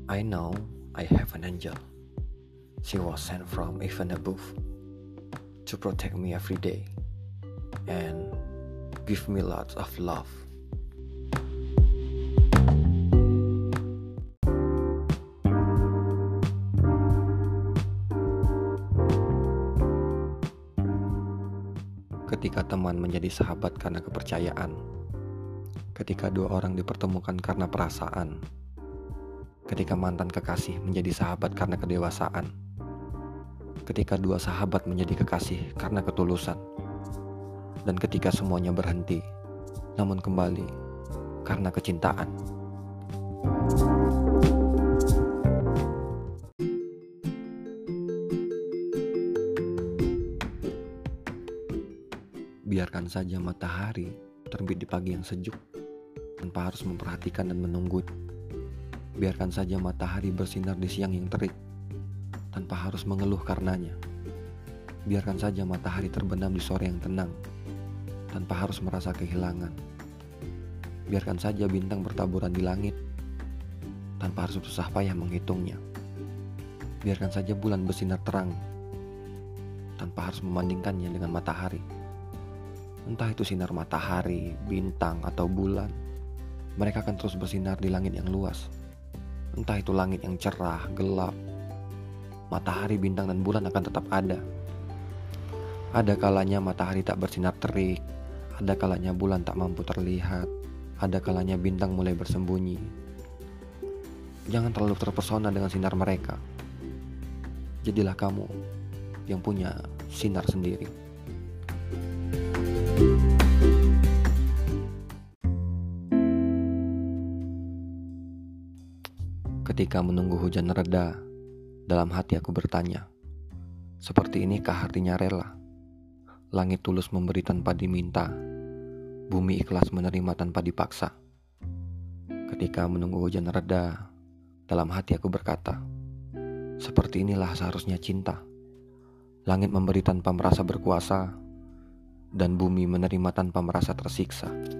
I know I have an angel. She was sent from heaven above to protect me every day and give me lots of love. Ketika teman menjadi sahabat karena kepercayaan, ketika dua orang dipertemukan karena perasaan, ketika mantan kekasih menjadi sahabat karena kedewasaan, ketika dua sahabat menjadi kekasih karena ketulusan, dan ketika semuanya berhenti, namun kembali karena kecintaan. Biarkan saja matahari terbit di pagi yang sejuk, tanpa harus memperhatikan dan menunggu. Biarkan saja matahari bersinar di siang yang terik, tanpa harus mengeluh karenanya. Biarkan saja matahari terbenam di sore yang tenang, tanpa harus merasa kehilangan. Biarkan saja bintang bertaburan di langit, tanpa harus susah payah menghitungnya. Biarkan saja bulan bersinar terang, tanpa harus membandingkannya dengan matahari. Entah itu sinar matahari, bintang, atau bulan, mereka akan terus bersinar di langit yang luas. Entah itu langit yang cerah, gelap, matahari, bintang, dan bulan akan tetap ada. Ada kalanya matahari tak bersinar terik, ada kalanya bulan tak mampu terlihat, ada kalanya bintang mulai bersembunyi. Jangan terlalu terpesona dengan sinar mereka. Jadilah kamu yang punya sinar sendiri. Ketika menunggu hujan reda, dalam hati aku bertanya, seperti inikah artinya rela? Langit tulus memberi tanpa diminta, bumi ikhlas menerima tanpa dipaksa. Ketika menunggu hujan reda, dalam hati aku berkata, seperti inilah seharusnya cinta. Langit memberi tanpa merasa berkuasa, dan bumi menerima tanpa merasa tersiksa.